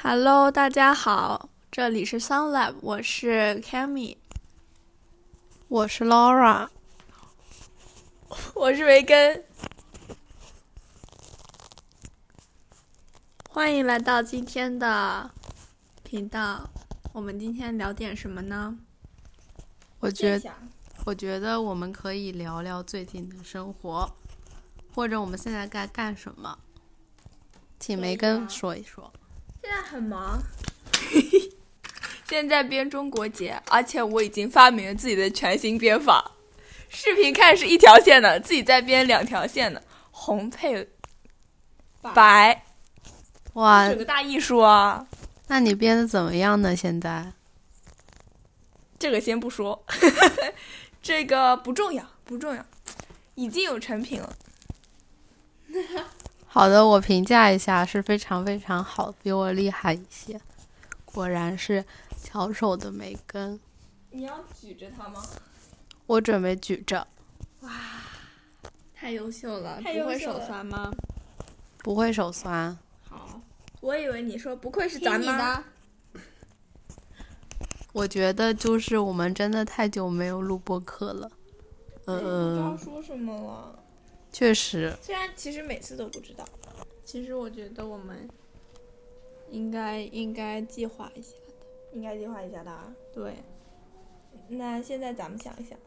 Hello， 大家好，这里是 Sunlab， 我是 Cammy， 我是 Laura， 我是维根。欢迎来到今天的频道。我们今天聊点什么呢？ 我觉得我们可以聊聊最近的生活，或者我们现在该干什么。请梅根说一说。 现在很忙，现在编中国结，而且我已经发明了自己的全新编法。视频看是一条线的，自己再编两条线的，红配白， 哇， 整个大艺术啊！ 那你编的怎么样呢？现在？ 这个先不说，这个不重要，已经有成品了。 好的，我评价一下，是非常非常好，比我厉害一些。果然是巧手的梅根。 你要举着它吗？ 我准备举着。 哇，太优秀了！ 太不会手酸吗？ 不会手酸。 好，我以为你说不愧是咱妈。 我觉得就是我们真的太久没有录播客了。 不知道说什么了。 确实， 虽然其实每次都不知道。其实我觉得我们应该计划一下的。应该计划一下的啊。对。那现在咱们想一想。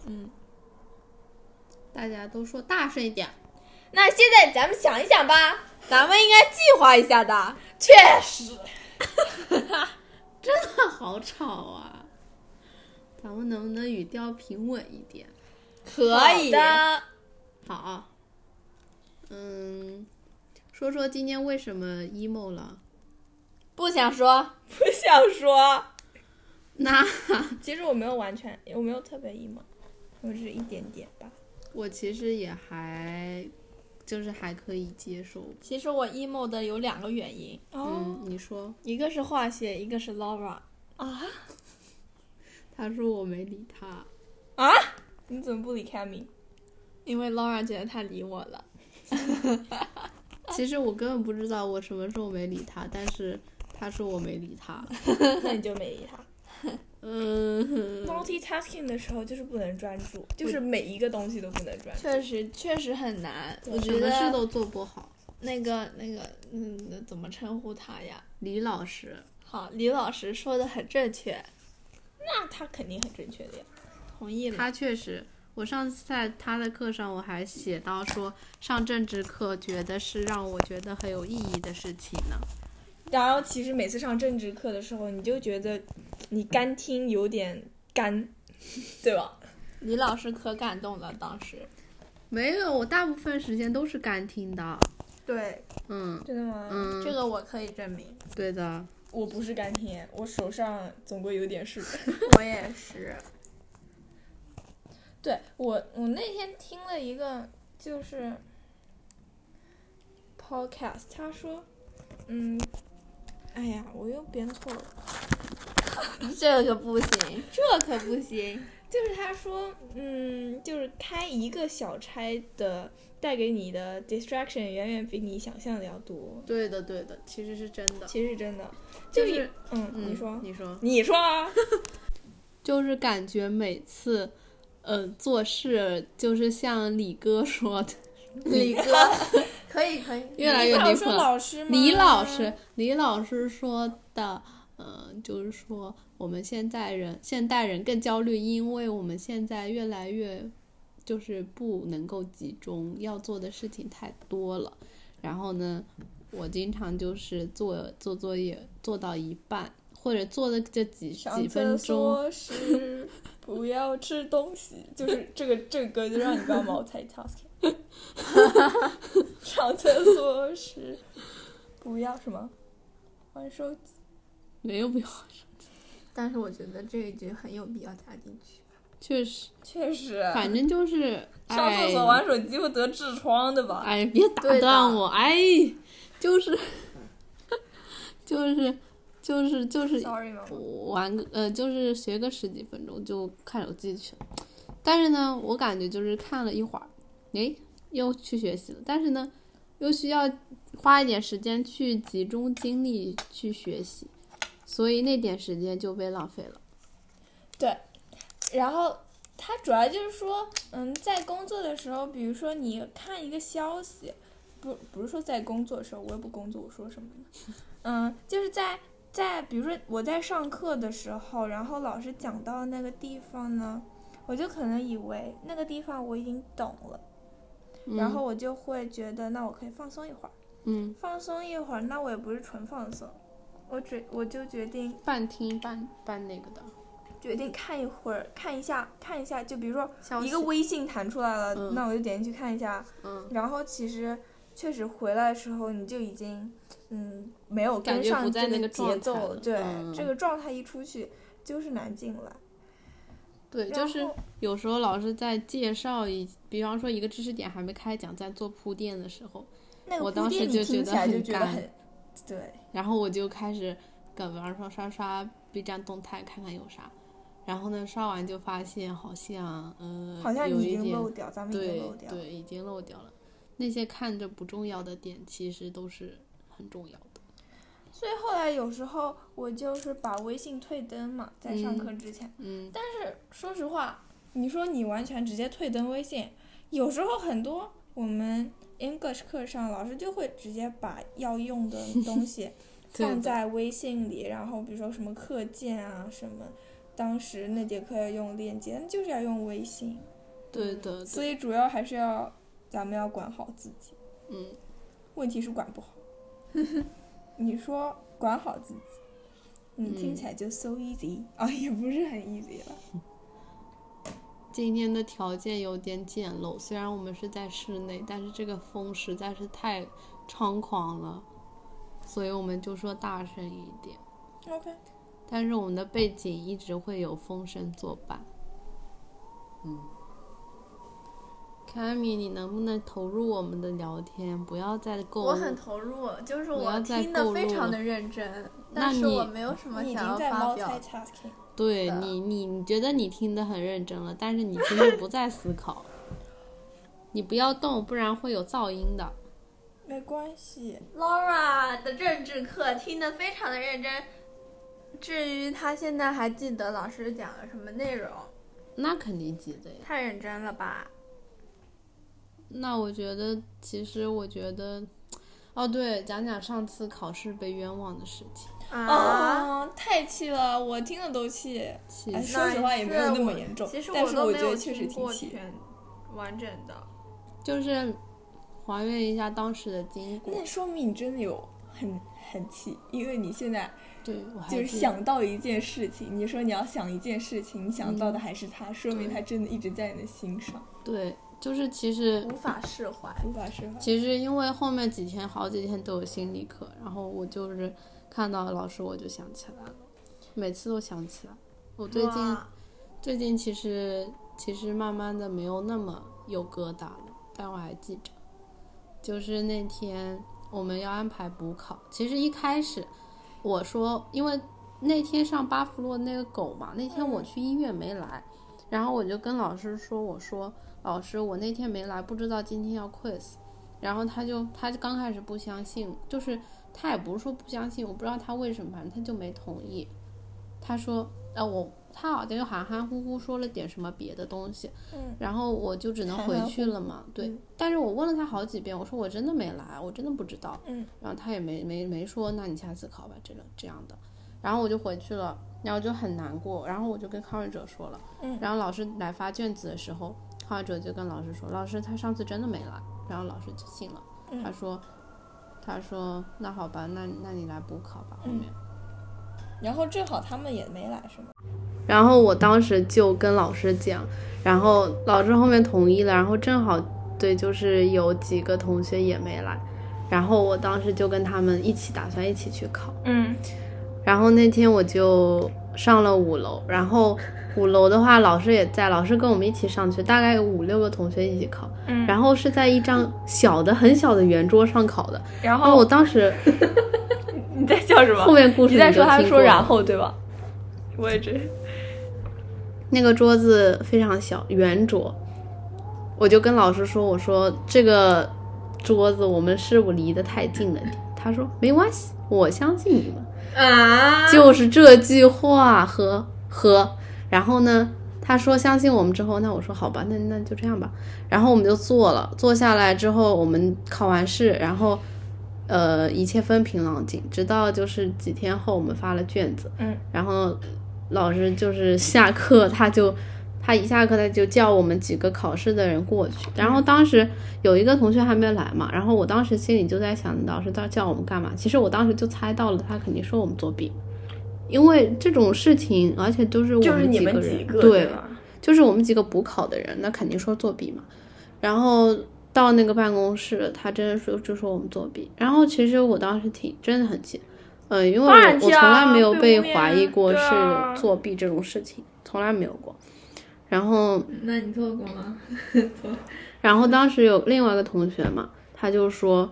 大家都说大声一点。 那现在咱们想一想吧。咱们应该计划一下的。确实。 真的好吵啊！咱们能不能语调平稳一点？ 可以的。 好。说说今天为什么 emo 了？ 不想说。 那其实我没有特别 emo， 我只是一点点吧。 我其实也还可以接受。 其实我 emo 的有2个原因。 你说。 一个是化学，一个是 Laura。啊？ 他说我没理他。 啊？你怎么不理 Cammy？ 因为 Laura 觉得他理我了。 其实我根本不知道我什么时候没理他，但是他说我没理他。 那你就没理他。multitasking 的时候就是不能专注，就是每一个东西都不能专注。确实很难。我觉得什么事都做不好。 怎么称呼他呀？ 李老师。 好，李老师说的很正确。那他肯定很正确的呀。同意了。 他确实，我上次在他的课上我还写到说，上政治课觉得是让我觉得很有意义的事情呢。 然后其实每次上政治课的时候，你就觉得你干听有点干，对吧？李老师可感动了，当时。 没有，我大部分时间都是干听的。 对。真的吗？这个我可以证明。 对的。 我不是干听，我手上总归有点事。我也是。对，我那天听了一个就是 podcast， 他说哎呀，我又编错了。这可不行。就是他说就是开一个小差的带给你的 distraction 远远比你想象的要多。 对的，其实是真的。 就是你说啊。 就是感觉每次做事就是像李哥说的。 李哥可以越来越离谱了。 老师吗？ 李老师说的就是说我们现代人更焦虑，因为我们现在越来越就是不能够集中，要做的事情太多了。然后呢，我经常就是做作业做到一半，或者做的这几分钟。上厕所时不要吃东西，就是这个歌就让你不要multitasking。上厕所时不要什么玩手机。 没有必要玩手机， 但是我觉得这一句很有必要加进去。 确实，反正就是上厕所玩手机会得痔疮的吧？ 哎，别打断我！哎，就是 ，sorry 吗？ 玩就是学个10几分钟就看手机去了。但是呢，我感觉就是看了一会儿，又去学习了。但是呢，又需要花一点时间去集中精力去学习，所以那点时间就被浪费了。 对，然后它主要就是说，在工作的时候，比如说你看一个消息，不是说在工作的时候，我也不工作，我说什么呢？就是在比如说我在上课的时候，然后老师讲到那个地方呢，我就可能以为那个地方我已经懂了，然后我就会觉得那我可以放松一会儿，放松一会儿，那我也不是纯放松，我就决定半听半那个的， 决定看一会儿，看一下，就比如说一个微信弹出来了，那我就点进去看一下，然后其实确实回来的时候你就已经没有跟上这个节奏了，对，这个状态一出去就是难进来。 对，就是有时候老师在介绍比方说一个知识点还没开讲，在做铺垫的时候，我当时就觉得很干， 对， 然后我就开始比方说刷 B 站动态看看有啥，然后呢刷完就发现好像已经漏掉，咱们已经漏掉， 对，已经漏掉了。那些看着不重要的点其实都是很重要的。 所以后来有时候我就是把微信退登嘛，在上课之前，但是说实话，你说你完全直接退登微信，有时候很多我们 English 课上老师就会直接把要用的东西放在微信里，然后比如说什么课件啊什么，当时那节课要用链接，就是要用微信。 对的。 所以主要还是咱们要管好自己。问题是管不好。你说管好自己，听起来就 so easy 也不是很 easy 了。 今天的条件有点简陋，虽然我们是在室内，但是这个风实在是太猖狂了，所以我们就说大声一点。 OK。 但是我们的背景一直会有风声作伴。凯米，你能不能投入我们的聊天，不要再购入？ 我很投入，就是我听得非常的认真，但是我没有什么想要发表。 对，你觉得你听得很认真了，但是你其实不在思考。你不要动，不然会有噪音的。 没关系。 Laura 的政治课听得非常的认真，至于他现在还记得老师讲了什么内容， 那肯定记得呀。 太认真了吧。 那我觉得对，讲上次考试被冤枉的事情太气了，我听了都气。说实话也没有那么严重，但是我觉得确实挺气。 完整的， 就是还原一下当时的经过。 那说明你真的有很气，因为你现在对就是想到一件事情，你说你要想一件事情，你想到的还是他，说明他真的一直在你的心上。 对。就是其实无法释怀。 其实因为后面好几天都有心理课，然后我就是看到老师我就想起来了，每次都想起来。我最近其实慢慢的没有那么有疙瘩了，但我还记着，就是那天我们要安排补考。其实一开始我说，因为那天上巴甫洛那个狗嘛，那天我去医院没来，然后我就跟老师说，我说老师，我那天没来，不知道今天要 quiz， 然后他刚开始不相信，就是他也不是说不相信，我不知道他为什么，反正他就没同意。他说他好像就含含糊糊说了点什么别的东西，然后我就只能回去了嘛。对，但是我问了他好几遍，我说我真的没来，我真的不知道。然后他也没说，那你下次考吧，这样的。然后我就回去了，然后就很难过，然后我就跟康瑞哲说了，然后老师来发卷子的时候，康瑞哲就跟老师说，老师他上次真的没来，然后老师就信了，他说那好吧，那你来补考吧，后面。 然后正好他们也没来是吗？ 然后我当时就跟老师讲，然后老师后面同意了，然后正好对，就是有几个同学也没来，然后我当时就跟他们打算一起去考。然后那天我就上了5楼，然后5楼的话老师也在，老师跟我们一起上去，大概有5-6个同学一起考，然后是在一张很小的圆桌上考的。然后我当时你在笑什么？ 后面故事你在说他说然后对吧？我也知。 那个桌子非常小，圆桌，我就跟老师说，我说这个桌子，我们是不离得太近了点。他说没关系，我相信你们啊， 就是这句话和然后呢他说相信我们之后，那我说好吧，那就这样吧。然后我们就坐下来之后，我们考完试，然后一切风平浪静，直到就是几天后我们发了卷子，然后老师就是下课他一下课他就叫我们几个考试的人过去，然后当时有一个同学还没来嘛，然后我当时心里就在想老师叫我们干嘛，其实我当时就猜到了他肯定说我们作弊，因为这种事情而且都是我们几个人，对，就是我们几个补考的人，那肯定说作弊嘛。然后到那个办公室他真的就说我们作弊，然后其实我当时真的很气，因为我从来没有被怀疑过是作弊这种事情，从来没有过。然后那你做过吗？ 然后当时有另外一个同学嘛，他就说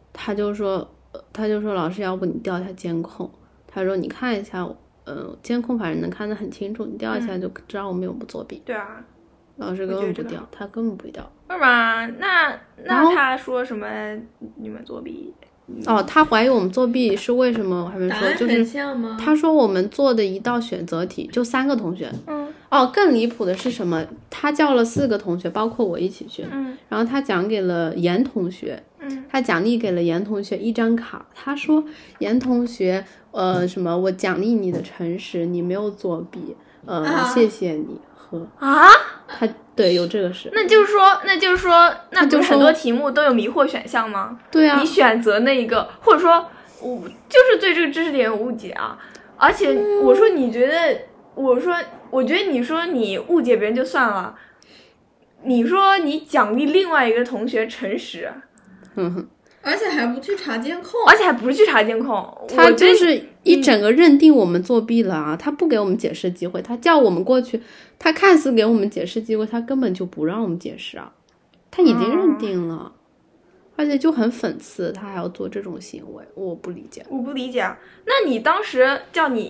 老师，要不你调一下监控，他说你看一下监控反正能看得很清楚，你调一下就知道我们有没有作弊。 对啊， 老师根本不调，他根本不调。 是吗？那他说什么你们作弊？ 他怀疑我们作弊是为什么？我还没说，就是他说我们做的一道选择题就3个同学，更离谱的是什么？他叫了4个同学，包括我一起去，然后他奖给了严同学，他奖励给了严同学一张卡，他说严同学，什么我奖励你的诚实，你没有作弊，谢谢你他对有这个事， 那就是说，那不是很多题目都有迷惑选项吗？ 对啊， 你选择那一个，或者说，我就是对这个知识点有误解啊。而且我说你觉得，我觉得你说你误解别人就算了，你说你奖励另外一个同学诚实， 而且还不去查监控， 他就是一整个认定我们作弊了啊！他不给我们解释机会，他叫我们过去，他看似给我们解释机会，他根本就不让我们解释啊！他已经认定了，而且就很讽刺，他还要做这种行为，我不理解。 啊！那你当时叫你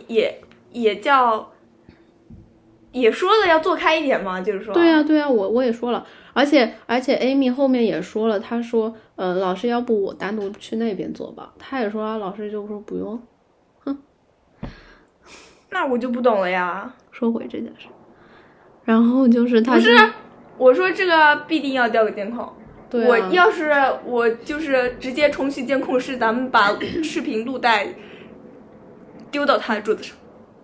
也说了要做开一点吗？就是说， 对啊，我也说了，而且 Amy 后面也说了，他说，老师要不我单独去那边做吧，他也说老师就说不用， 那我就不懂了呀。 说回这件事，然后就是他不是我说这个必定要调个监控。 对啊， 我就是直接重启监控室，咱们把视频录带丢到他的桌子上，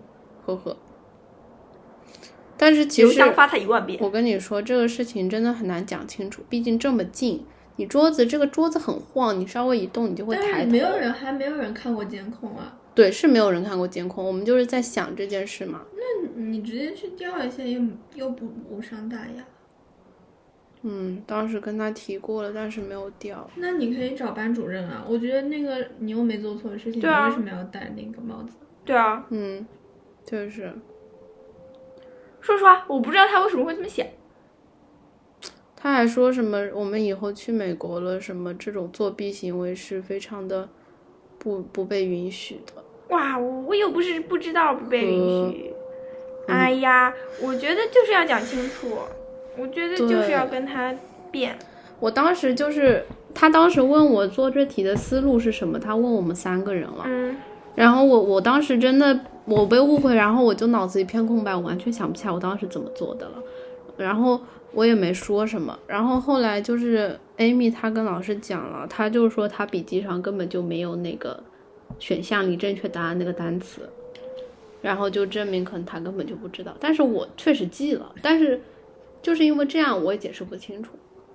但是其实邮箱发他1万遍。 我跟你说，这个事情真的很难讲清楚，毕竟这么近，你这个桌子很晃，你稍微一动你就会抬头。 还没有人看过监控啊。 对，是没有人看过监控，我们就是在想这件事嘛。 那你直接去调一下，又不无伤大雅。 当时跟他提过了，但是没有调。 那你可以找班主任啊，我觉得那个你又没做错事情，你为什么要戴那个帽子？ 对啊， 就是。 说实话，我不知道他为什么会这么想。 他还说什么我们以后去美国了，什么这种作弊行为是非常的不被允许的。 哇，我又不是不知道不被允许。哎呀，我觉得就是要讲清楚，我觉得就是要跟他辩。 我当时就是他当时问我做这题的思路是什么，他问我们3个人了，然后我当时真的我被误会，然后我就脑子一片空白，我完全想不起来我当时怎么做的了，然后我也没说什么。然后后来就是 Amy 她跟老师讲了，她就说她笔记上根本就没有那个选项里正确答案那个单词，然后就证明可能她根本就不知道，但是我确实记了，但是就是因为这样我也解释不清楚。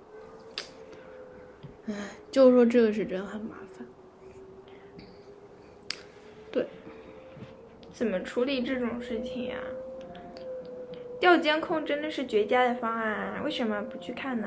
就是说这个是真的很麻烦。对， 怎么处理这种事情呀？调监控真的是绝佳的方案，为什么不去看呢？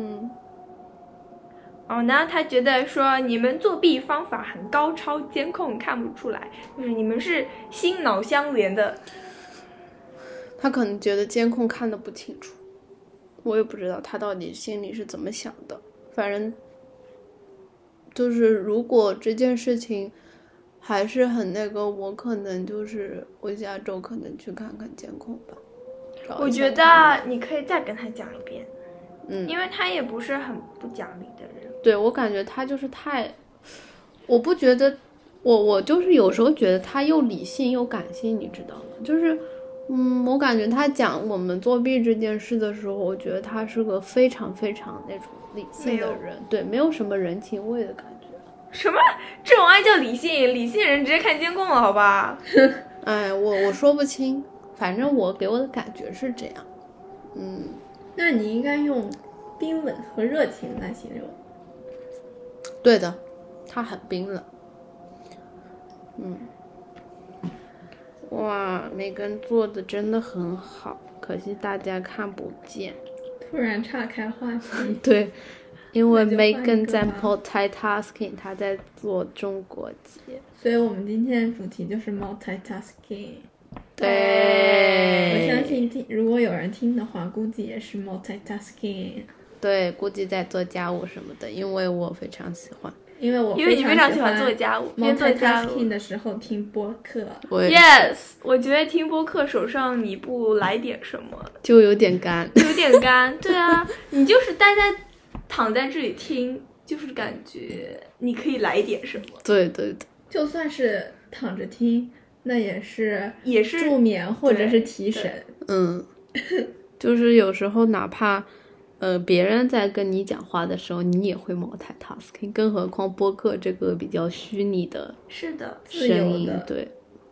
然后他觉得说你们作弊方法很高超，监控看不出来，就是你们是心脑相连的。 他可能觉得监控看得不清楚，我也不知道他到底心里是怎么想的。反正就是如果这件事情还是很那个，我可能就是我下周可能去看看监控吧。 我觉得你可以再跟他讲一遍，因为他也不是很不讲理的人。 对，我感觉他就是太，我不觉得，我就是有时候觉得他又理性又感性，你知道吗？就是我感觉他讲我们作弊这件事的时候，我觉得他是个非常非常那种理性的人，对，没有什么人情味的感觉。 什么？这种爱叫理性？理性人直接看监控了，好吧？ 哎，我说不清，反正我给我的感觉是这样。 那你应该用冰冷和热情来形容。 对的，他很冰冷。哇，梅根做的真的很好，可惜大家看不见。 突然岔开话题。 对，因为那就换一个 Megan 在吧 multitasking，她在做中国结。 所以我们今天的主题就是 multitasking。 对， 我相信如果有人听的话，估计也是 multitasking。 对，估计在做家务什么的，因为我非常喜欢。 因为你非常喜欢欢做家务，边做家务 multitasking 的时候听播客。 我也 Yes， 我觉得听播客手上你不来点什么， 就有点干。 有点干。对啊，你就是躺在这里听，就是感觉你可以来点什么。 对对对， 就算是躺着听，那也是助助眠或者是提神。 就是有时候哪怕别人在跟你讲话的时候，你也会 multitasking， 更何况播客这个比较虚拟的是的， 声音，对。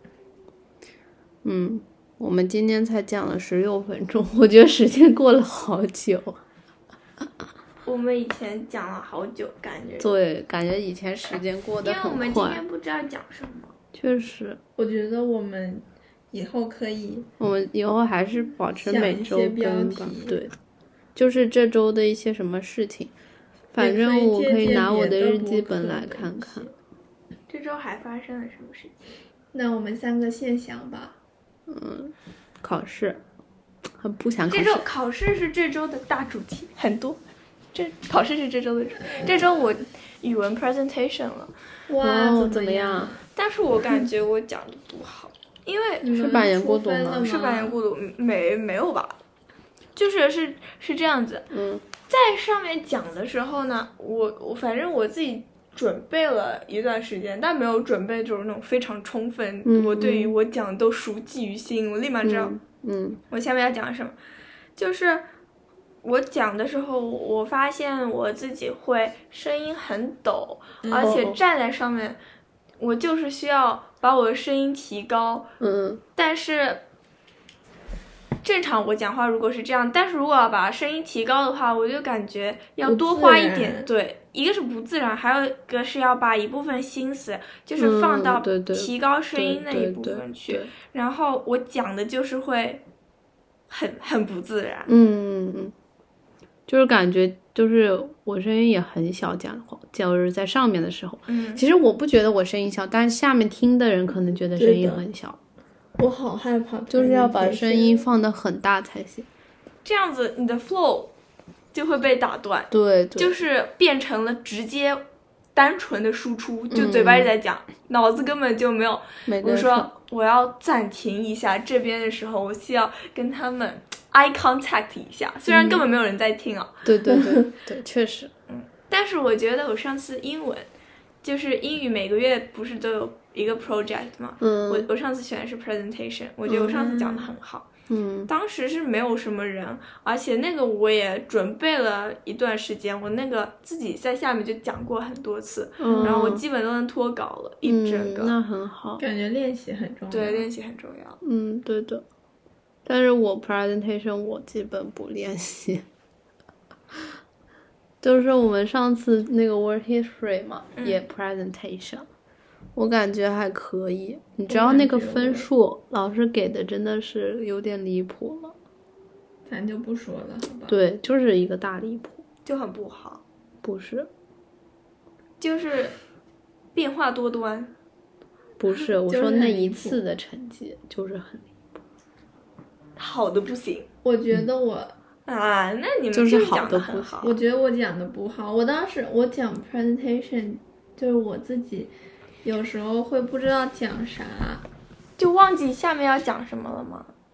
我们今天才讲了16分钟，我觉得时间过了好久。 我们以前讲了好久，感觉对，感觉以前时间过得因为我很们今快。 天不知道讲什么。 确实， 我觉得我们以后可以我们以后还是保持想每周一些标更吧。 题对，就是这周的一些什么事情，反正我可以拿我的日记本来看看。 这周还发生了什么事情？ 那我们3个现想吧。 考试，很不想考试。 这周考试是这周的大主题，很多。考试是这周的主题。这周我语文 presentation 了， 哇， 怎么样？ 但是我感觉我讲的不好，因为你们是板言过读吗出分了吗？ 是板言过读，没有吧？就是这样子。在上面讲的时候呢，我反正我自己准备了一段时间，但没有准备就是那种非常充分。我对于我讲都熟记于心，我立马知道。我下面要讲什么，就是我讲的时候，我发现我自己会声音很抖，而且站在上面，我就是需要把我的声音提高。但是正常我讲话如果是这样，但是如果要把声音提高的话，我就感觉要多花一点。对，一个是不自然，还有一个是要把一部分心思就是放到提高声音那一部分去。然后我讲的就是会很不自然。 就是感觉就是我声音也很小，讲话就是在上面的时候。其实我不觉得我声音小，但是下面听的人可能觉得声音很小。 我好害怕， 就是要把声音放得很大才行， 这样子你的 flow 就会被打断。 对， 就是变成了直接单纯的输出，就嘴巴里在讲，脑子根本就没有。我说我要暂停一下这边的时候，我需要跟他们 eye contact 一下，虽然根本没有人在听啊。 对，确实。 但是我觉得我上次英文，就是英语每个月不是都有一个 project 嘛，我上次选的是 presentation， 我觉得我上次讲的很好。当时是没有什么人，而且那个我也准备了一段时间，我那个自己在下面就讲过很多次，然后我基本都能脱稿了，一整个。 那很好， 感觉练习很重要。 对，练习很重要。 对的。但是我 presentation 我基本不练习，就是我们上次那个 word history 嘛，也 presentation。我感觉还可以，你知道那个分数老师给的真的是有点离谱了， 咱就不说了，好吧？ 对，就是一个大离谱， 就很不好。 不是， 就是变化多端。 不是，我说那一次的成绩就是很离谱， 好的不行。 我觉得我那你们就是讲的很好。 我觉得我讲的不好，我当时我讲 presentation 就是我自己。有时候会不知道讲啥， 就忘记下面要讲什么了吗？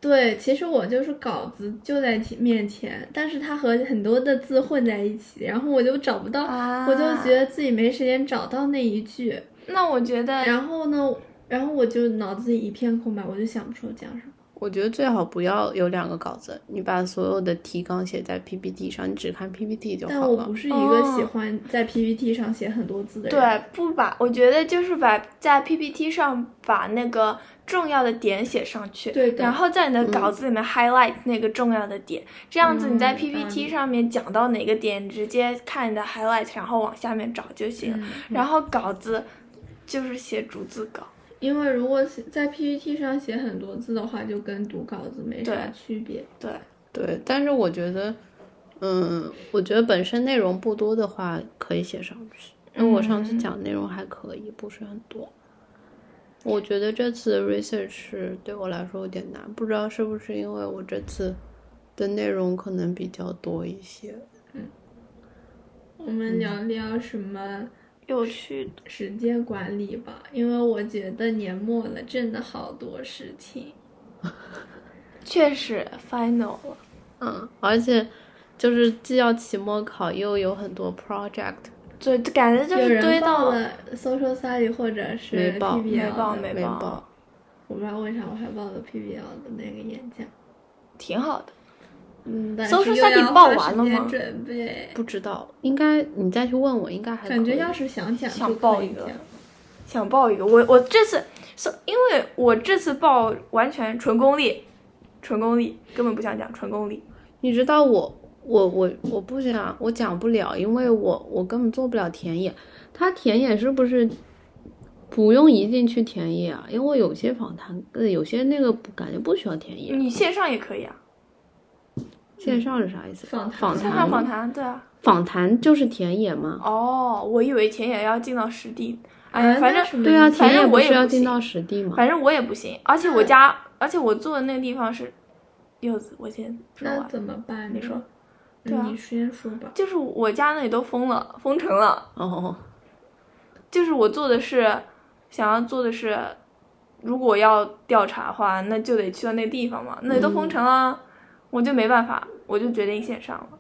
对，其实我就是稿子就在面前，但是它和很多的字混在一起，然后我就找不到，我就觉得自己没时间找到那一句。 那我觉得， 然后呢，然后我就脑子里一片空白，我就想不出讲什么。 我觉得最好不要有2个稿子，你把所有的提纲写在 PPT 上，你只看 PPT 就好了。 但我不是一个喜欢在 PPT 上写很多字的人。 对，不把，我觉得就是在 PPT 上把那个重要的点写上去， 对的， 然后在你的稿子里面 highlight 那个重要的点，这样子你在 PPT 上面讲到哪个点，直接看你的 highlight， 然后往下面找就行。然后稿子就是写逐字稿。 因为如果在 PPT 上写很多字的话，就跟读稿子没啥区别。 对，但是我觉得，我觉得本身内容不多的话，可以写上去。因为我上次讲内容还可以，不是很多。我觉得这次的 research 对我来说有点难，不知道是不是因为我这次的内容可能比较多一些。 我们聊聊什么？ 有趣的时间管理吧，因为我觉得年末了，真的好多事情。 确实 final 了， 而且就是既要期末考，又有很多 project， 对，感觉就是堆到了 social study 或者是 PBL 没报。 我不知道为啥我还报了 PBL 的那个演讲， 挺好的。 但是又要报完了吗？ 准备不知道，应该你再去问我，应该还可以。 感觉要是想讲想报一个，我这次因为我这次报完全纯功利，根本不想讲纯功利。 你知道我不想，我讲不了，因为我根本做不了田野。他田野是不是不用一定去田野啊？因为有些访谈，有些那个感觉不需要田野。 你线上也可以啊。 线上是啥意思？ 线上访谈，对啊。 访谈就是田野吗？ 哦，我以为田野要进到实地。哎，反正对啊，田野不是要进到实地吗？ 反正我也不行，而且我住的那个地方是柚子，我先说完。 那怎么办？ 你说。 对啊，你先说吧。 就是我家那里都封城了。 哦。 就是我想要做的是，如果要调查的话，那就得去到那个地方嘛，那里都封城了。我就没办法，我就决定线上了。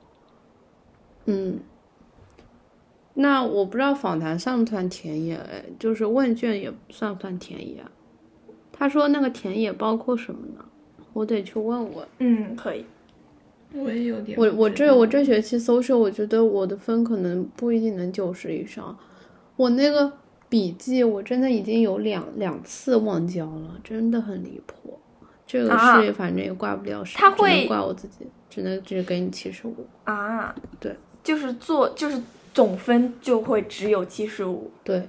那我不知道访谈算不算田野，就是问卷也算不算田野？他说那个田野包括什么呢？我得去问问。 可以。 我也有点。 我这学期social，我觉得我的分可能不一定能90以上。我那个笔记我真的已经有两次忘交了，真的很离谱。这个是反正也怪不了谁， 他会只能怪我自己，只给你75 啊。 对， 就是总分就会只有75。 对，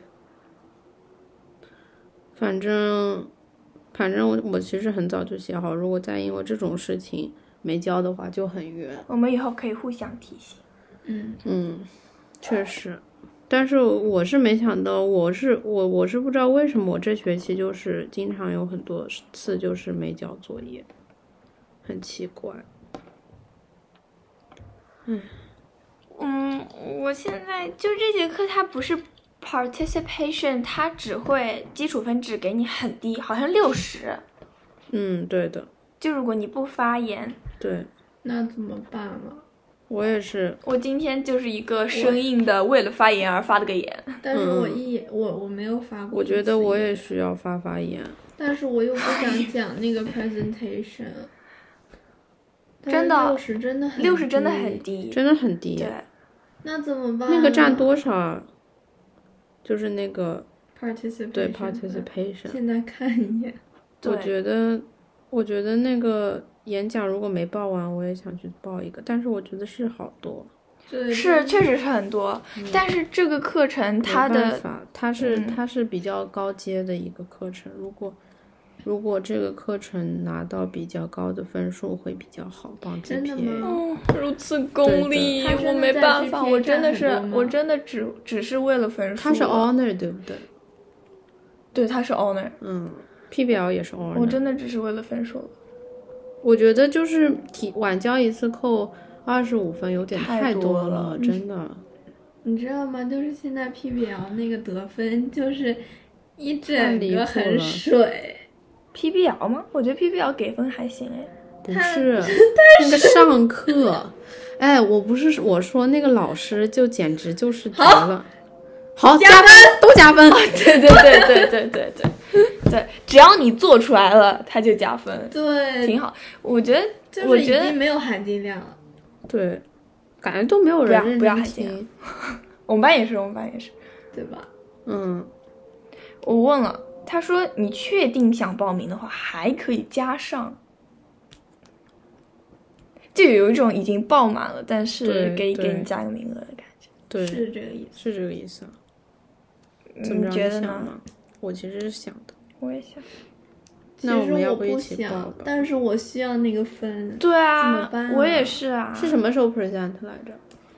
反正我其实很早就写好，如果再因为这种事情没交的话就很冤。 我们以后可以互相提醒。 确实。但是我是没想到，我是不知道为什么我这学期就是经常有很多次就是没交作业，很奇怪。 我现在就这节课它不是 participation， 它只会基础分只给你很低，好像60。 对的。 就如果你不发言。 对。 那怎么办了？ 我也是， 我今天就是一个生硬的为了发言而发了个言， 但是我没有发过。 我觉得我也需要发言， 但是我又不想讲那个 presentation。 真的 60真的很低 ，60真的很低， 真的很低。 对， 那怎么办？ 那个占多少？就是那个 participation。 对 participation。 现在看一眼。 我觉得那个演讲如果没报完，我也想去报一个，但是我觉得是好多。 是， 确实是很多，但是这个课程它的它是比较高阶的一个课程，如果这个课程拿到比较高的分数会比较好，帮 GPA。 真的吗？ 如此功利，我没办法，我真的只是为了分数。 它是 honor 对不对？ 对，它是 honor。 PBL 也是 honor。 我真的只是为了分数。 我觉得就是晚交一次扣25分有点太多了，真的。 你知道吗？就是现在 PBL 那个得分就是一整个很水。 PBL 吗？我觉得 PBL 给分还行哎。 不是那个上课，哎，我说那个老师就简直就是绝了，好加分都加分， 对，只要你做出来了，他就加分， 对， 挺好。我觉得就是已经没有含金量了。 对，感觉都没有人认真听。 不要含金量。我们班也是， 对吧？ 我问了，他说你确定想报名的话，还可以加上。就有一种已经爆满了，但是给你加个名额的感觉。 对， 是这个意思。 是这个意思。 你觉得呢？ 我其实是想的。 我也想。 那我们要不一起报吧？ 但是我需要那个分。 对啊， 怎么办啊？ 我也是啊。 是什么时候 present 来着？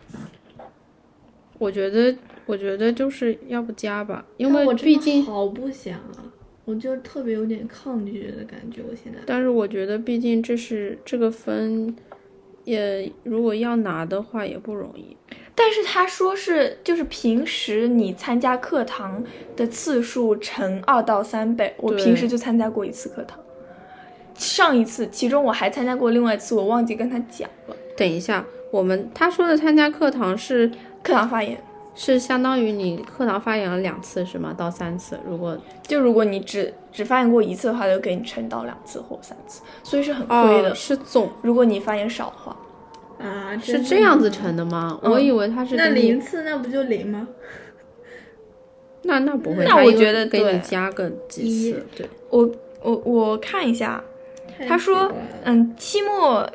我觉得就是要不加吧，因为毕竟好不想啊，我就特别有点抗拒的感觉，我现在。 但是我觉得毕竟这个分。也如果要拿的话也不容易， 但是他说是就是平时你参加课堂的次数乘2到3倍，我平时就参加过1次课堂，上一次其中我还参加过另外一次，我忘记跟他讲了。 等一下，他说的参加课堂是课堂发言， 是相当于你课堂发言了2次是吗？到3次，如果你只发言过1次的话，就给你乘到2次或3次，所以是很亏的。 是总， 如果你发言少的话。 啊， 是这样子乘的吗？我以为他是那0次，那不就0吗？ 那不会， 那我觉得给你加个几次。对， 我看一下，他说期末，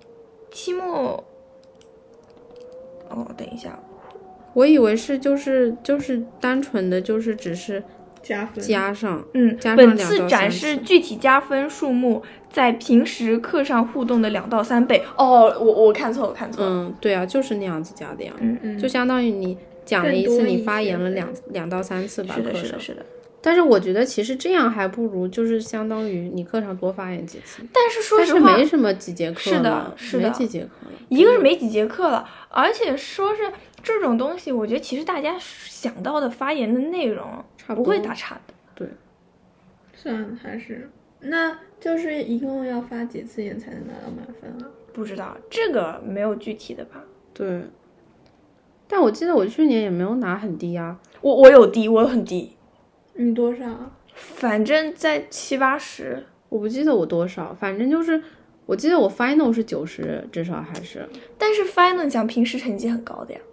等一下， 我以为是就是单纯的就是只是加分加上，加上本次展示具体加分数目在平时课上互动的2到3倍。我看错了。 对啊，就是那样子加的呀。就相当于你讲了1次，你发言了2到3次吧，课上。 是的。 但是我觉得其实这样还不如就是相当于你课上多发言几次。 但是说实话， 没什么几节课了， 是的， 没几节课了。 一个是没几节课了，而且说是这种东西，我觉得其实大家想到的发言的内容不会打岔的。 对， 算了，还是那就是一共要发几次言才能拿到满分啊？ 不知道，这个没有具体的吧？ 对，但我记得我去年也没有拿很低啊。 我有低，我有很低。 你多少？ 反正在70、80。 我不记得我多少，反正就是我记得我 final 是90，至少还是。 但是 final 讲平时成绩很高的呀。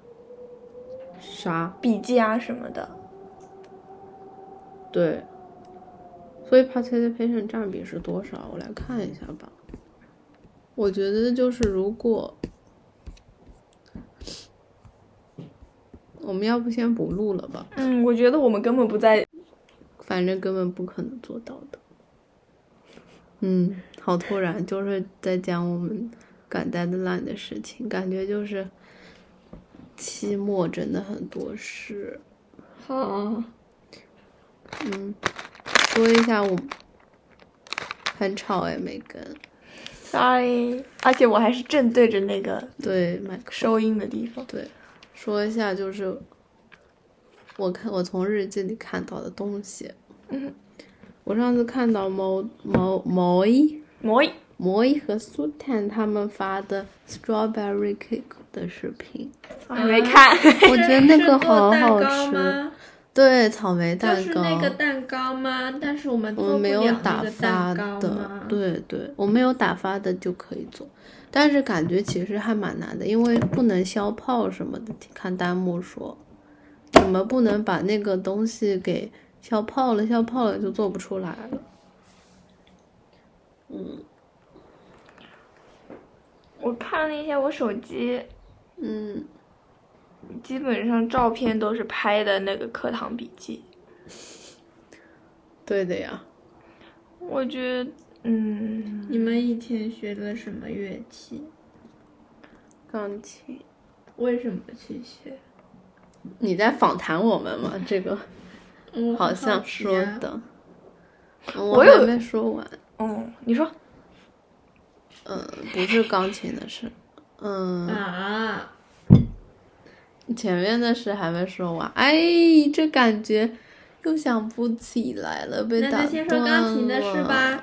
啥？ 笔记啊什么的。 对。所以 participation 占比是多少？我来看一下吧。我觉得就是如果我们要不先不录了吧？ 我觉得我们根本不在， 反正根本不可能做到的。好突然，就是在讲我们赶 deadline 的事情，感觉就是期末真的很多事。 好， 说一下我很吵哎，梅根。 Sorry， 而且我还是正对着那个对麦克收音的地方。 对，说一下就是我从日记里看到的东西。我上次看到毛衣和苏坦他们发的 strawberry cake 的视频， 我还没看。 我觉得那个好好吃。对，草莓蛋糕。 就是那个蛋糕吗？但是我们没有打发的。对，我没有打发的就可以做，但是感觉其实还蛮难的，因为不能消泡什么的。看弹幕说，你们不能把那个东西给消泡了就做不出来了。 我看了一下我手机，基本上照片都是拍的那个课堂笔记。 对的呀。 我觉得， 你们以前学的什么乐器？ 钢琴。 为什么去学？ 你在访谈我们吗？这个好像说的。我还没说完。 你说。 不是钢琴的事。前面的事还没说完。哎，这感觉又想不起来了，被打断了。 那就先说钢琴的事吧。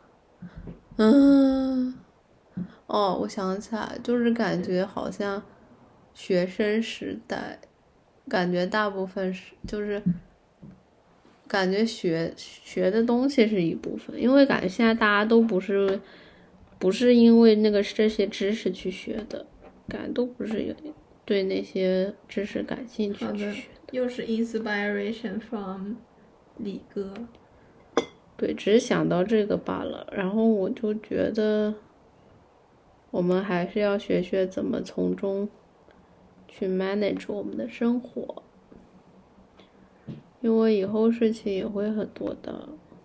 我想起来，就是感觉好像学生时代，感觉大部分就是感觉学的东西是一部分，因为感觉现在大家都不是因为这些知识去学的，感觉都不是对那些知识感兴趣去学的。 又是 inspiration from 李哥。 对，只是想到这个罢了。然后我就觉得，我们还是要学怎么从中去 manage 我们的生活，因为以后事情也会很多的。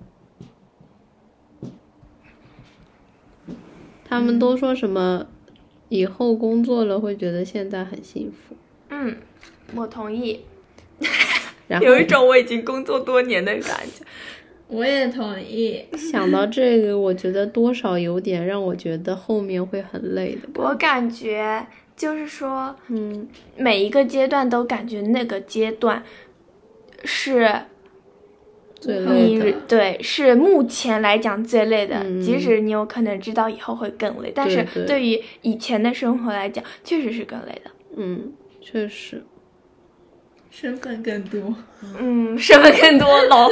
他们都说什么，以后工作了会觉得现在很幸福。 我同意。 然后有一种我已经工作多年的感觉。 我也同意。 想到这个，我觉得多少有点让我觉得后面会很累的。 我感觉就是说，每一个阶段都感觉那个阶段是最累的， 对，是目前来讲最累的。即使你有可能知道以后会更累，但是对于以前的生活来讲，确实是更累的。 确实。 身份更多。 身份更多老。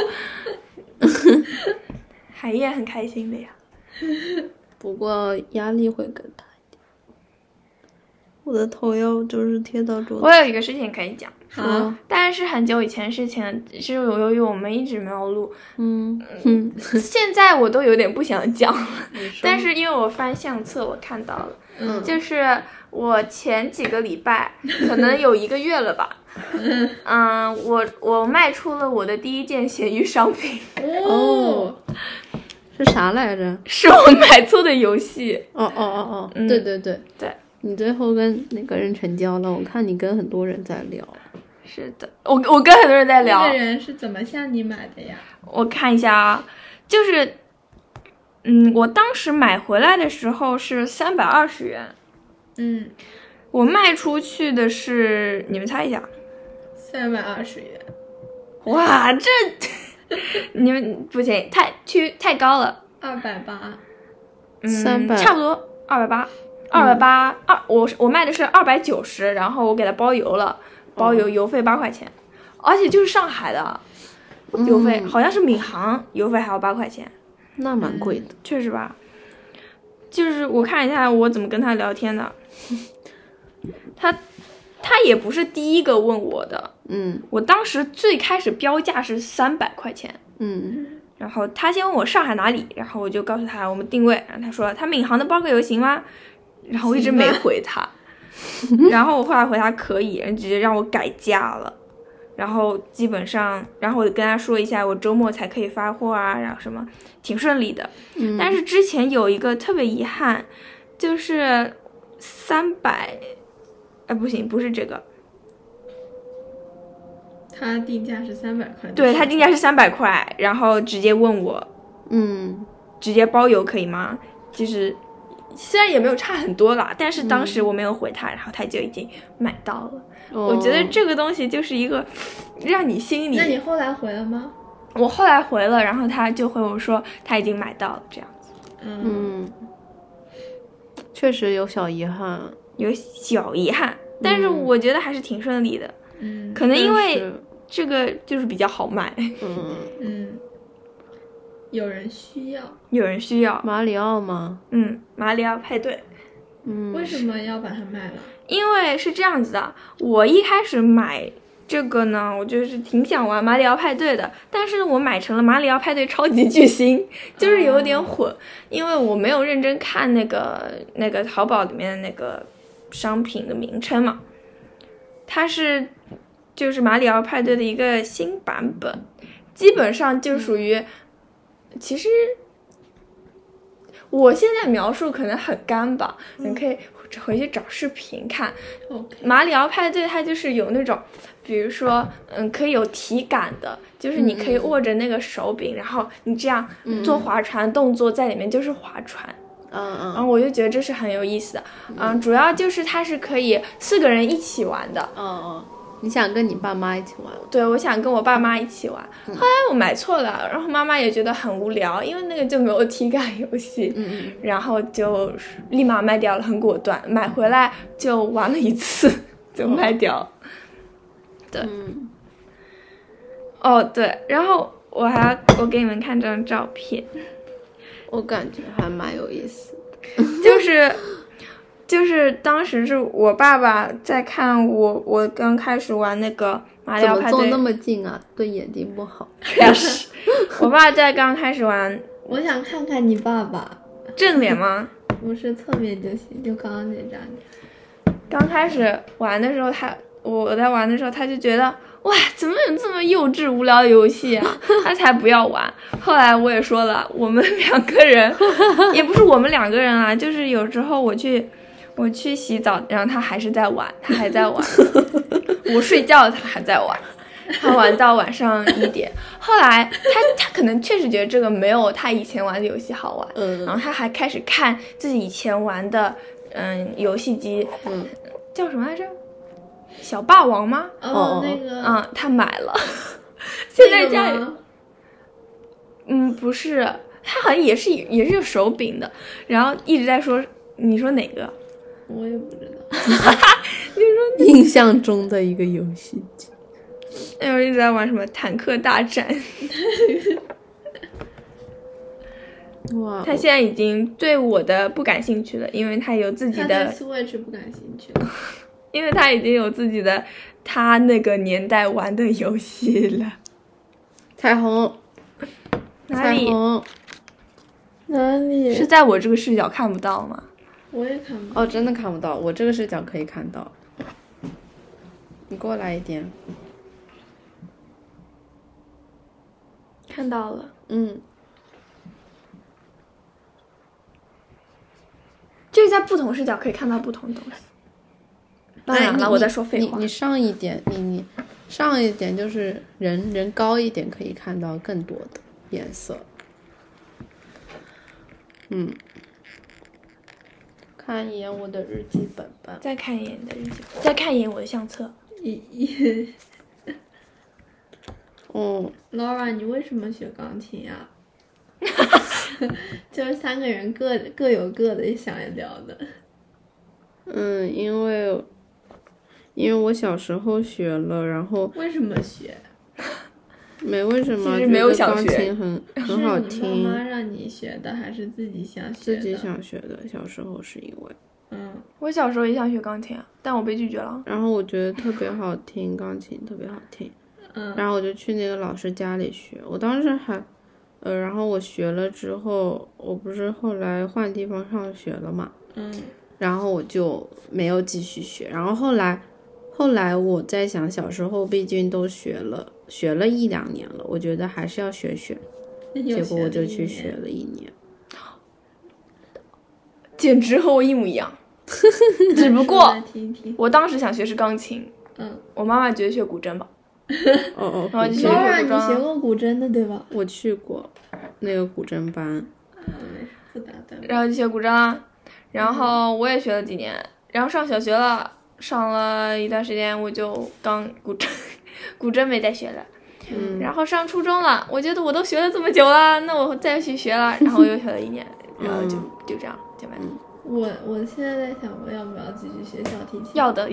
海燕很开心的呀。 不过压力会更大一点。我的头要就是贴到桌子。 我有一个事情可以讲。 好。 但是很久以前的事情，是由于我们一直没有录。现在我都有点不想讲了。但是因为我翻相册，我看到了。就是我前几个礼拜，可能有1个月了吧。我卖出了我的第一件闲鱼商品。 是啥来着？ 是我买错的游戏。 对，你最后跟哪个人成交了？我看你跟很多人在聊。 是的，我跟很多人在聊。 那个人是怎么向你买的呀？ 我看一下啊，就是我当时买回来的时候是320元。我卖出去的是，你们猜一下。 320元。 哇，这你们不行，太高了。 280。 差不多280。我卖的是290，然后我给他包邮了，包邮费8块钱，而且就是上海的邮费，好像是闵行邮费还要8块钱， 那蛮贵的。 确实吧？就是我看一下我怎么跟他聊天的。他也不是第一个问我的。我当时最开始标价是300块钱。然后他先问我上海哪里，然后我就告诉他我们定位，然后他说他闵行的包个邮行吗？然后我一直没回他。然后我后来回他可以，直接让我改价了。然后基本上，然后我跟他说一下我周末才可以发货啊，然后什么挺顺利的。但是之前有一个特别遗憾，就是300，不行，不是这个。 他定价是300块。 对，他定价是300块，然后直接问我，直接包邮可以吗？其实虽然也没有差很多啦，但是当时我没有回他，然后他就已经买到了。我觉得这个东西就是一个让你心里。 那你后来回了吗？ 我后来回了，然后他就回我说他已经买到了，这样子。 确实有小遗憾， 但是我觉得还是挺顺利的。可能因为这个就是比较好卖。 有人需要。 马里奥吗？ 马里奥派对。 为什么要把它卖了？ 因为是这样子的，我一开始买这个呢，我就是挺想玩马里奥派对的，但是我买成了马里奥派对超级巨星，就是有点混，因为我没有认真看那个淘宝里面的那个商品的名称嘛，它是就是马里奥派对的一个新版本，基本上就属于，其实我现在描述可能很干吧，你可以回去找视频看。马里奥派对它就是有那种，比如说可以有体感的，就是你可以握着那个手柄，然后你这样做划船动作在里面就是划船。然后我就觉得这是很有意思的。主要就是它是可以4个人一起玩的。 你想跟你爸妈一起玩？ 对，我想跟我爸妈一起玩。后来我买错了，然后妈妈也觉得很无聊，因为那个就没有体感游戏。然后就立马卖掉了，很果断，买回来就玩了一次就卖掉了。对。哦，对，然后我给你们看这张照片， 我感觉还蛮有意思的，就是当时是我爸爸在看我刚开始玩那个马里奥派对， 怎么坐那么近啊？对眼睛不好。 我爸在刚开始玩， 我想看看你爸爸正脸吗？ 不是侧面就行，就刚刚那张。 刚开始玩的时候，我在玩的时候，他就觉得哇，怎么有这么幼稚无聊的游戏啊？他才不要玩。后来我也说了，我们2个人，也不是我们2个人啊，就是有时候我去洗澡，然后他还是在玩，他还在玩。我睡觉，他还在玩，他玩到晚上1点。后来他可能确实觉得这个没有他以前玩的游戏好玩，然后他还开始看自己以前玩的游戏机，叫什么来着？小霸王吗？ 那个， 他买了，现在家里，不是，他好像也是有手柄的，然后一直在说，你说哪个？ 我也不知道。 你说印象中的一个游戏机， 我一直在玩什么坦克大战。 哇！ 他现在已经对我的不感兴趣了，因为他有自己的。 他对 Switch 不感兴趣了。 因为他已经有自己的他那个年代玩的游戏了。 彩虹， 哪里？ 哪里？ 是在我这个视角看不到吗？ 我也看不到。 哦，真的看不到，我这个视角可以看到。你过来一点。 看到了。就是在不同视角可以看到不同东西。当然了，我在说废话。 你上一点，你上一点，就是人高一点，可以看到更多的颜色。看一眼我的日记本本， 再看一眼你的日记本，再看一眼我的相册。 Laura， 你为什么学钢琴呀？就是3个人各有各的想聊的。 因为我小时候学了，然后为什么学？ 没为什么， 其实没有想学， 钢琴很好听。 是你妈妈让你学的，还是自己想学的？ 自己想学的，小时候是因为。 我小时候也想学钢琴，但我被拒绝了。 然后我觉得特别好听，钢琴特别好听。然后我就去那个老师家里学。我当时还，然后我学了之后，我不是后来换地方上学了嘛。然后我就没有继续学。然后后来我在想，小时候毕竟都学了1-2年了，我觉得还是要学。结果我就去学了1年。 简直和我一模一样。只不过我当时想学是钢琴，我妈妈觉得学古筝吧。然后就学古筝。 你学过古筝的对吧？ 我去过那个古筝班。 然后就学古筝，然后我也学了几年，然后上小学了，上了一段时间我就古筝没再学了。然后上初中了，我觉得我都学了这么久了，那我再去学了，然后我又学了1年，然后就这样就没了。 我现在在想，我要不要继续学小提琴？ 要的。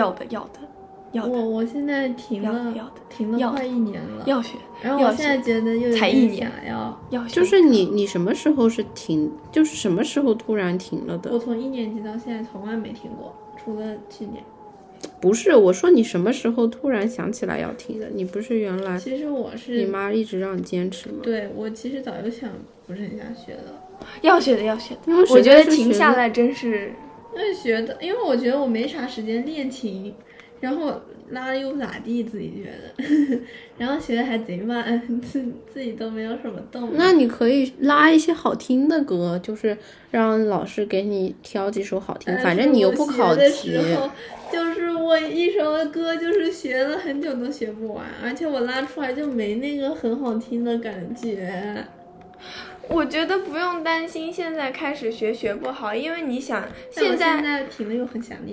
我现在停了快1年了。 要学。 然后我现在觉得又有点想要学。 就是你什么时候是停？就是什么时候突然停了的？ 我从1年级到现在从来没停过，除了去年。 不是，我说你什么时候突然想起来要停的？你不是原来？ 其实我是你妈一直让你坚持吗？ 对，我其实早就不是很想学了。 要学的。我觉得停下来真是。 因为我觉得我没啥时间练琴，然后拉的又不咋地，自己觉得，然后学的还贼慢，自己都没有什么动力。 那你可以拉一些好听的歌，就是让老师给你挑几首好听，反正你又不考级。 就是我一首歌就是学了很久都学不完，而且我拉出来就没那个很好听的感觉。 我觉得不用担心现在开始学不好，因为你想现在停了又很想念。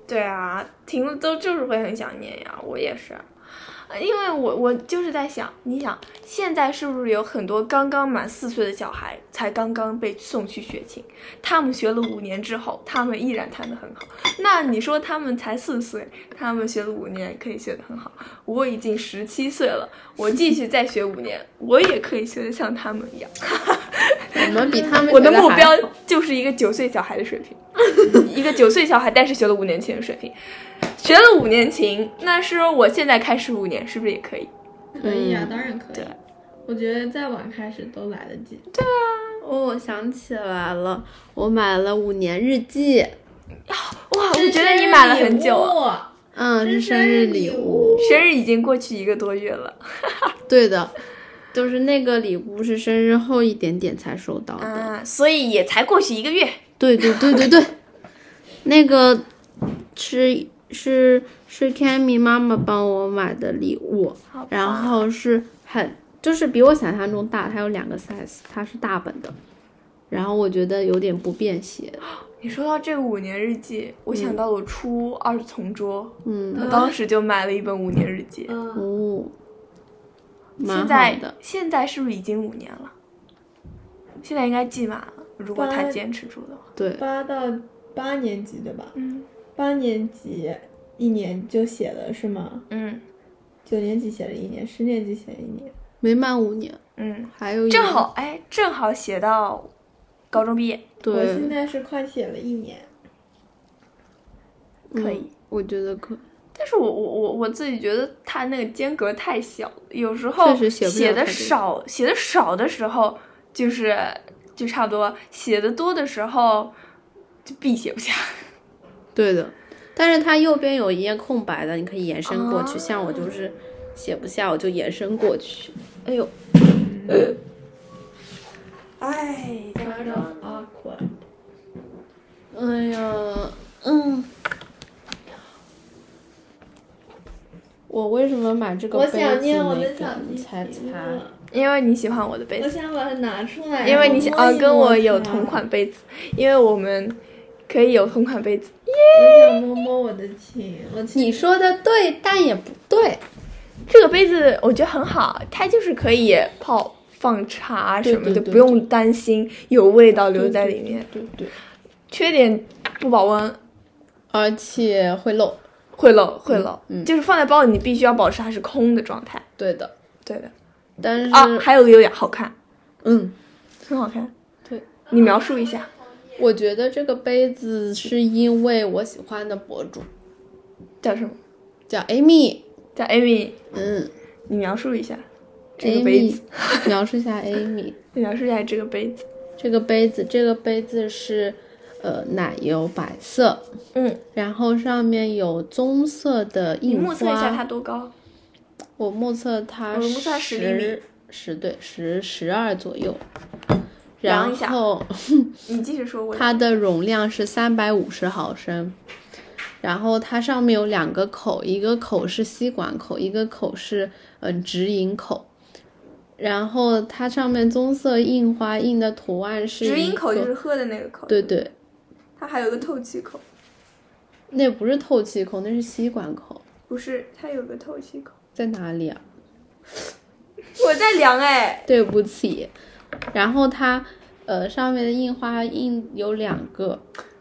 对啊，停了都就是会很想念呀，我也是。因为我就是在想，你想现在是不是有很多刚刚满4岁的小孩才刚刚被送去学琴，他们学了5年之后，他们依然弹得很好。那你说他们才4岁，他们学了5年可以学得很好，我已经17岁了，我继续再学5年，我也可以学得像他们一样。 我们比他们我的目标还好就是一个9岁小孩的水平，一个9岁小孩，但是学了5年琴的水平。学了5年琴，那是说我现在开始5年，是不是也可以？ 可以啊，当然可以。 对， 我觉得再晚开始都来得及。 对啊， 哦，我想起来了，我买了5年日记。 哇，我觉得你买了很久了。 是生日礼物。 生日已经过去1个多月了。 对的，就是那个礼物是生日后一点点才收到的。 啊，所以也才过去1个月。 对，那个是 Cammy 妈妈帮我买的礼物，然后就是比我想象中大，它有2个 size， 它是大本的，然后我觉得有点不便携。 你说到这个5年日记，我想到我初2同桌， 我当时就买了一本5年日记。 哦，蛮好的。 现在是不是已经5年了？现在应该记满了，如果他坚持住的话。 对 ，8到8年级对吧？8年级1年就写了是吗？9年级写了1年，10年级写了1年， 没满5年。还有正好写到高中毕业。 对， 我现在是快写了1年， 可以， 我觉得可以。 但是我自己觉得它那个间隔太小了，有时候写的少的时候就差不多，写的多的时候就必写不下。 对的，但是它右边有一页空白的，你可以延伸过去。像我就是写不下，我就延伸过去。哎呦， kind of awkward。 哎呀，我为什么买这个杯子？ 我想念我的那小提个猜琴猜。 因为你喜欢我的杯子。 我想把它拿出来。 因为你跟我有同同款杯子，因为我们可以有同款杯子。 我想摸摸我的琴， 你说的对，但也不对。 这个杯子我觉得很好，它就是可以放茶什么的， 对， 不用担心有味道留在里面。 对。 缺点不保温， 而且会漏。 会漏。就是放在包里，你必须要保持它是空的状态。 对的。但是还有点好看。很好看。 对， 你描述一下。 我觉得这个杯子是因为我喜欢的博主叫什么？ 叫 Amy。 你描述一下这个杯子。 描述一下 Amy。 你描述一下这个杯子。 这个杯子是奶油白色，然后上面有棕色的印花。 你目测一下它多高？ 我目测它 10厘米 12左右。 量一下。 然后你继续说。 它的容量是350毫升，然后它上面有2个口，一个口是吸管口，一个口是直饮口。然后它上面棕色印花印的图案是直饮口，就是喝的那个口。 对。 它还有个透气口。 那不是透气口，那是吸管口。 不是，它有个透气口。 在哪里啊？ 我在量对不起。然后它上面的印花印有2个，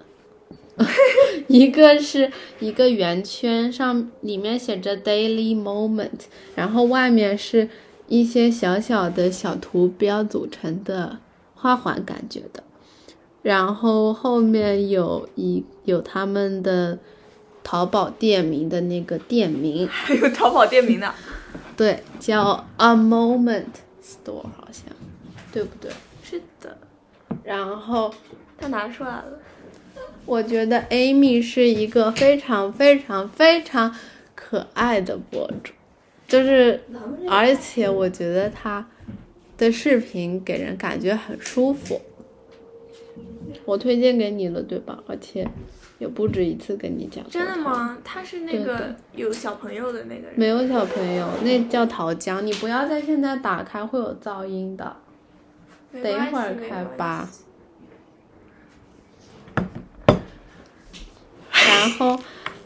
一个是一个圆圈，里面写着 Daily Moment， 然后外面是一些小小的小图标组成的花环感觉的，然后后面有他们的淘宝店名的那个店名。 还有淘宝店名呢？ 对，叫 A Moment Store 好像，对不对？ 是的。 然后他拿出来了。 我觉得 Amy 是一个非常非常非常可爱的博主，而且我觉得他的视频给人感觉很舒服。我推荐给你了对吧？而且有不止一次跟你讲过。 真的吗？他是那个有小朋友的那个人。 没有小朋友，那叫桃江。你不要在现在打开，会有噪音的。等一会儿开吧。然后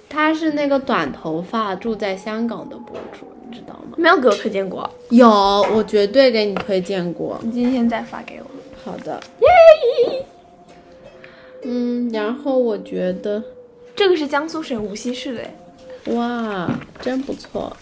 他是那个短头发住在香港的博主，你知道吗？ 没有给我推荐过， 有，我绝对给你推荐过。 你今天再发给我。 好的，然后我觉得这个是江苏省无锡市的， 哇，真不错。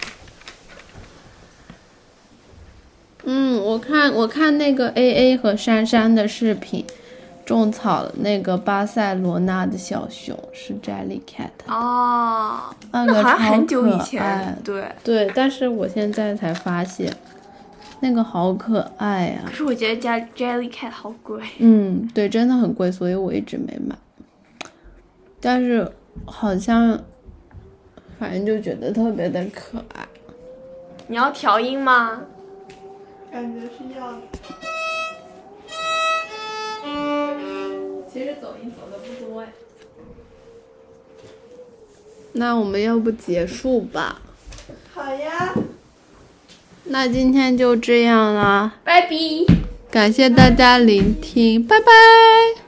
我看那个 AA 和珊珊的视频，种草了那个巴塞罗那的小熊是 Jellycat 哦， 那个好像很超可久以前爱， 对， 但是我现在才发现，那个好可爱啊可！是我觉得Jellycat 好贵。 对，真的很贵，所以我一直没买。但是好像，反正就觉得特别的可爱。 你要调音吗？ 感觉是要的。其实走音走的不多哎。那我们要不结束吧？ 好呀， 那今天就这样啦， 拜拜。 感谢大家聆听，拜拜。